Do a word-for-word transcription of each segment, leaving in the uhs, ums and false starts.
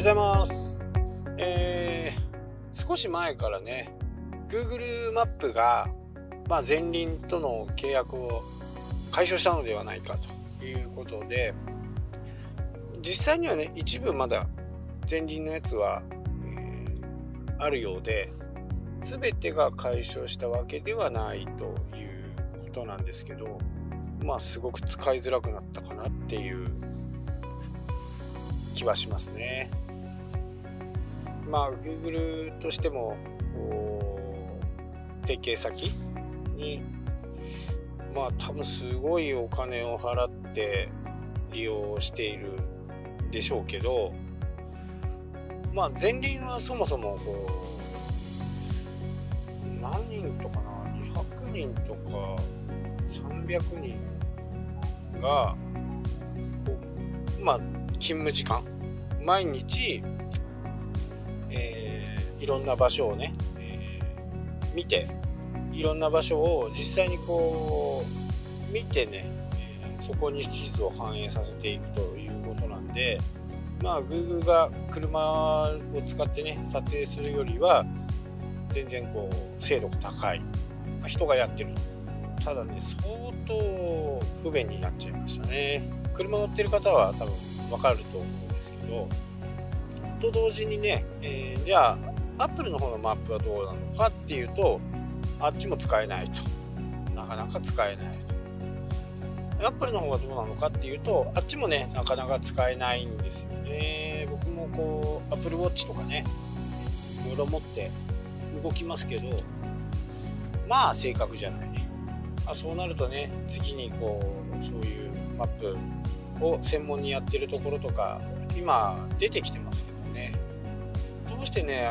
ございます。えー、少し前からね Google マップが、まあ、前輪との契約を解消したのではないかということで、実際にはね一部まだ前輪のやつは、えー、あるようで、全てが解消したわけではないということなんですけど、まあすごく使いづらくなったかなっていう気はしますね。まあ Google としても提携先にまあ多分すごいお金を払って利用しているでしょうけど、まあ前輪はそもそもこう何人とかなにひゃくにんとかさんびゃくにんがこうまあ勤務時間毎日、えー、いろんな場所をね、えー、見ていろんな場所を実際にこう見てね、えー、そこに地図を反映させていくということなんで、まあ Google が車を使ってね撮影するよりは全然こう精度が高い、まあ、人がやってる。ただね相当不便になっちゃいましたね。車乗ってる方は多分分かると思うんですけど、と同時にね、えー、じゃあ Apple の方のマップはどうなのかっていうと、あっちも使えないと、なかなか使えないと。 Apple の方はどうなのかっていうと、あっちもねなかなか使えないんですよね。僕もこう Apple Watch とかねいろいろ持って動きますけど、まあ正確じゃない。あ、そうなるとね次にこうそういうマップを専門にやってるところとか今出てきてますけどね、どうしてね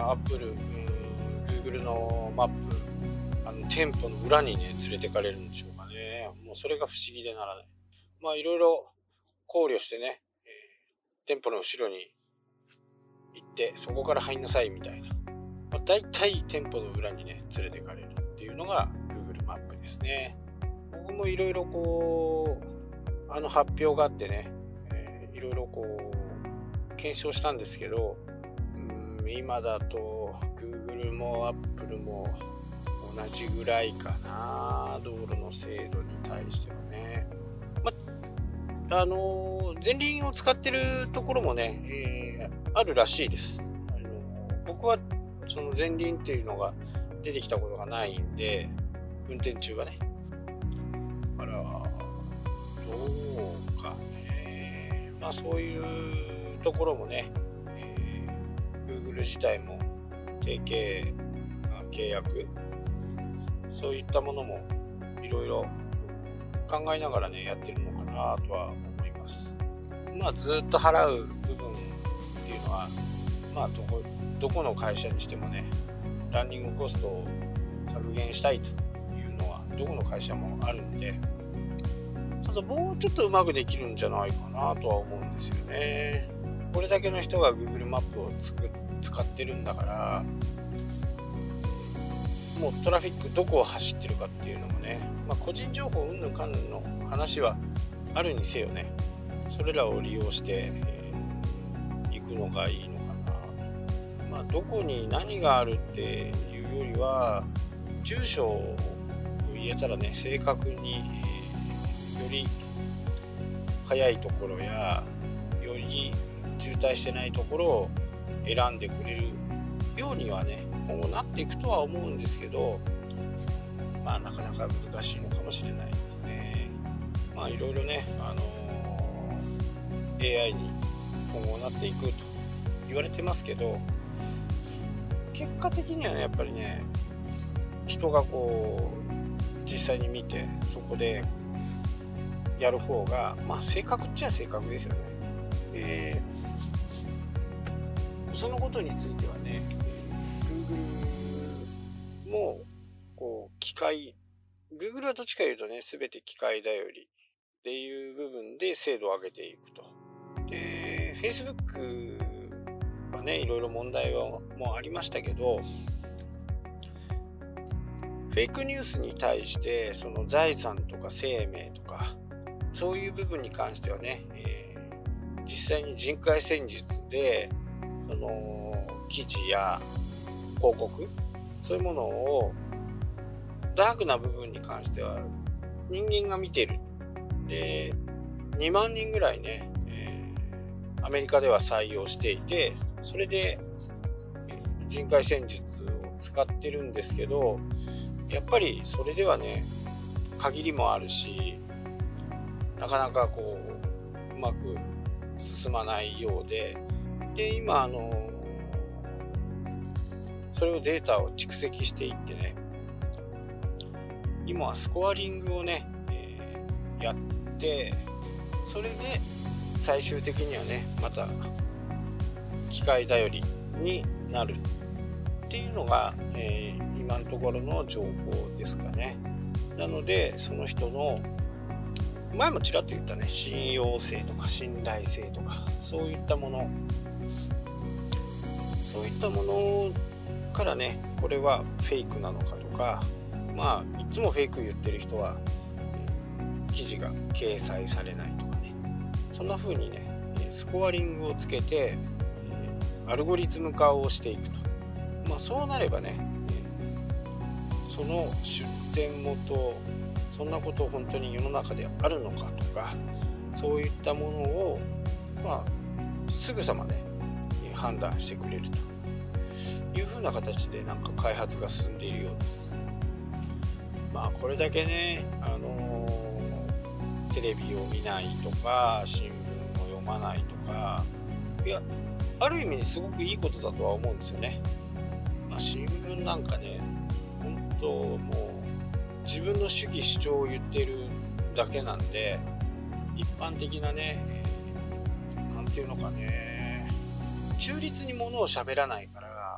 Apple、Google のマップあの店舗の裏にね連れてかれるんでしょうかね。もうそれが不思議でならない。まあいろいろ考慮してね、えー、店舗の後ろに行ってそこから入んなさいみたいな、まあ、だいたい店舗の裏にね連れてかれるっていうのが Google マップですね。僕もいろいろこうあの発表があってね、えー、いろいろこう検証したんですけど、うーん今だと Google も Apple も同じぐらいかな、道路の精度に対してはね。まあのー、前輪を使ってるところもね、えー、あるらしいです。あのー、僕はその前輪っていうのが出てきたことがないんで、運転中はね。だからどうかね、まあそういうところもね、えー、Google 自体も提携、契約、そういったものもいろいろ考えながらねやってるのかなとは思います。まあずっと払う部分っていうのは、まあどこどこの会社にしてもね、ランニングコストを削減したいというのはどこの会社もあるんで、ただもうちょっとうまくできるんじゃないかなとは思うんですよね。これだけの人が Google マップをつく使ってるんだから、もうトラフィックどこを走ってるかっていうのもね、まあ、個人情報うんぬんかんぬんの話はあるにせよね、それらを利用して、えー、行くのがいいのかな。まあどこに何があるっていうよりは、住所を言えたらね正確に、えー、より早いところやより渋滞してないところを選んでくれるようにはね今後なっていくとは思うんですけど、まあなかなか難しいのかもしれないですね。まあいろいろね、あのー、エーアイ に今後なっていくと言われてますけど、結果的にはねやっぱりね人がこう実際に見てそこでやる方がまあ正確っちゃ正確ですよね。えー、そのことについてはねGoogle もこう機械 Google はどっちかいうとね全て機械頼りっていう部分で精度を上げていくと。で Facebook はねいろいろ問題はもありましたけど、フェイクニュースに対してその財産とか生命とかそういう部分に関してはね、えー、実際に人海戦術でそその記事や広告、そういうものをダークな部分に関しては人間が見てる。でにまんにんぐらいね、えー、アメリカでは採用していて、それで人海戦術を使ってるんですけど、やっぱりそれではね限りもあるし、なかなかこううまく進まないようで、で今あのそれをデータを蓄積していってね、今はスコアリングをね、えー、やって、それで最終的にはねまた機械頼りになるっていうのが、えー、今のところの情報ですかね。なのでその人の前もちらっと言ったね、信用性とか信頼性とか、そういったものそういったものからね、これはフェイクなのかとか、まあいつもフェイク言ってる人は記事が掲載されないとかね、そんな風にねスコアリングをつけてアルゴリズム化をしていくと、まあそうなればね、その出典元、そんなこと本当に世の中であるのかとか、そういったものをまあすぐさまね判断してくれるという風な形でなんか開発が進んでいるようです。まあこれだけね、あのー、テレビを見ないとか新聞を読まないとか、いやある意味すごくいいことだとは思うんですよね。まあ、新聞なんかね、本当もう自分の主義主張を言ってるだけなんで、一般的なね、えー、なんていうのかね、中立にものを喋らないから、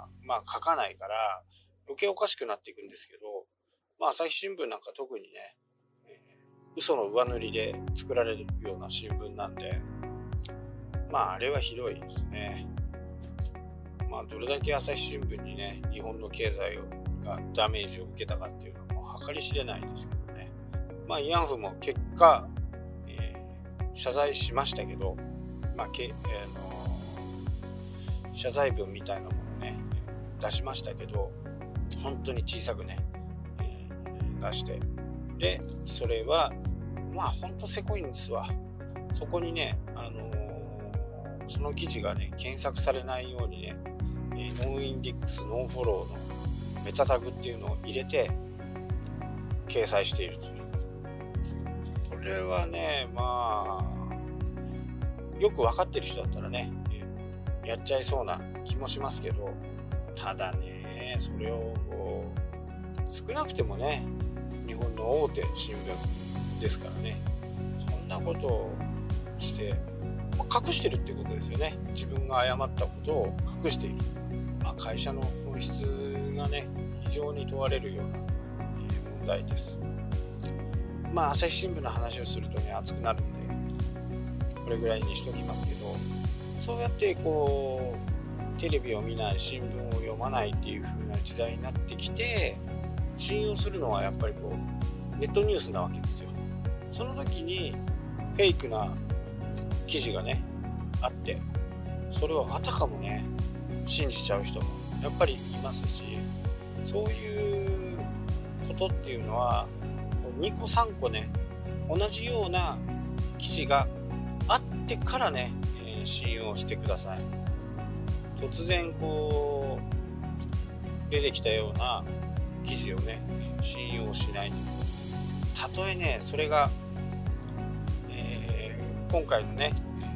まあ書かないから余計おかしくなっていくんですけど、まあ朝日新聞なんか特にね、えー、嘘の上塗りで作られるような新聞なんで、まああれはひどいですね。まあどれだけ朝日新聞にね日本の経済がダメージを受けたかっていうのはもう計り知れないですけどね。まあ慰安婦も結果、えー、謝罪しましたけど、まあけ、えー、の謝罪文みたいなものをね出しましたけど、本当に小さくね、えー、出して、でそれはまあ本当せこいんですわ。そこにね、あのー、その記事がね検索されないようにね、えー、ノーインデックスノーフォローのメタタグっていうのを入れて掲載しているという。これはね、まあよく分かってる人だったらねやっちゃいそうな気もしますけど、ただねそれを少なくてもね日本の大手新聞ですからね、そんなことをして、まあ、隠してるっていうことですよね。自分が誤ったことを隠している、まあ、会社の本質がね非常に問われるような問題です。まあ朝日新聞の話をするとね熱くなるんでこれぐらいにしときますけど、そうやってこうテレビを見ない新聞を読まないっていう風な時代になってきて、信用するのはやっぱりこうネットニュースなわけですよ。その時にフェイクな記事がねあって、それをあたかもね信じちゃう人もやっぱりいますし、そういうことっていうのはにこさんこね同じような記事があってからね、えー、信用してください。突然こう出てきたような記事をね信用しないでください。たとえねそれが、えー、今回のね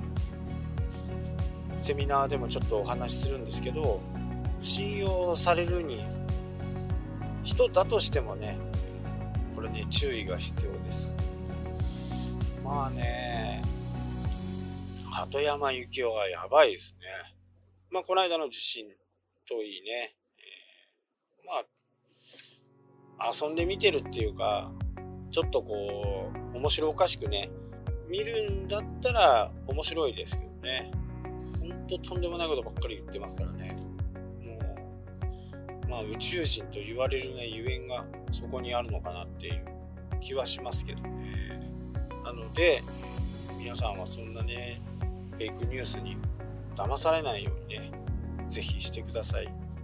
セミナーでもちょっとお話しするんですけど、信用されるに人だとしてもねこれね注意が必要です。まあね鳩山由紀夫はやばいですね。まあこの間の地震といいね、えー、まあ遊んで見てるっていうか、ちょっとこう面白おかしくね見るんだったら面白いですけどね、ほんととんでもないことばっかり言ってますからね。もうまあ宇宙人と言われるねゆえんがそこにあるのかなっていう気はしますけどね。なので皆さんはそんなねフェイクニュースに騙されないようにねぜひしてください。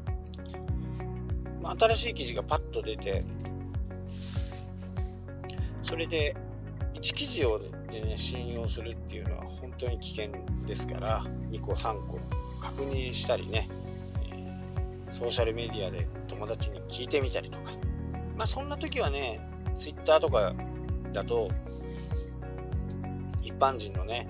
まあ、新しい記事がパッと出て、それでいち記事をで、ね、信用するっていうのは本当に危険ですから、にこさんこ確認したりね、えー、ソーシャルメディアで友達に聞いてみたりとか、まあそんな時はね、ツイッターとかだと一般人のね、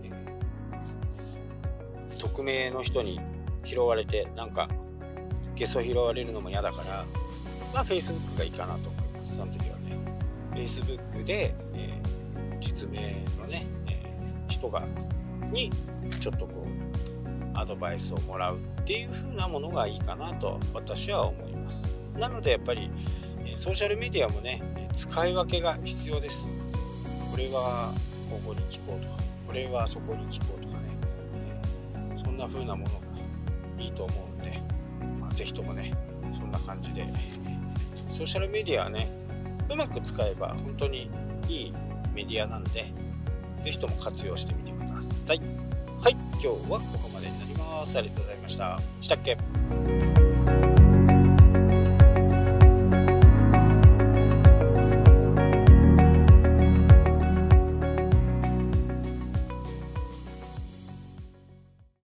えー、匿名の人に拾われて、なんかゲソ拾われるのも嫌だから、まあ Facebook がいいかなと思います。その時はね Facebook で、えー、実名のね、えー、人がにちょっとこうアドバイスをもらうっていう風なものがいいかなと私は思います。なのでやっぱりソーシャルメディアもね、使い分けが必要です。これはここに聞こうとか、これはそこに聞こうとかね、えー、そんな風なものがいいと思うんで、まあ、ぜひともね、そんな感じで、ソーシャルメディアはね、うまく使えば本当にいいメディアなんで、ぜひとも活用してみてください。はい、今日はここまでになります。ありがとうございました。したっけ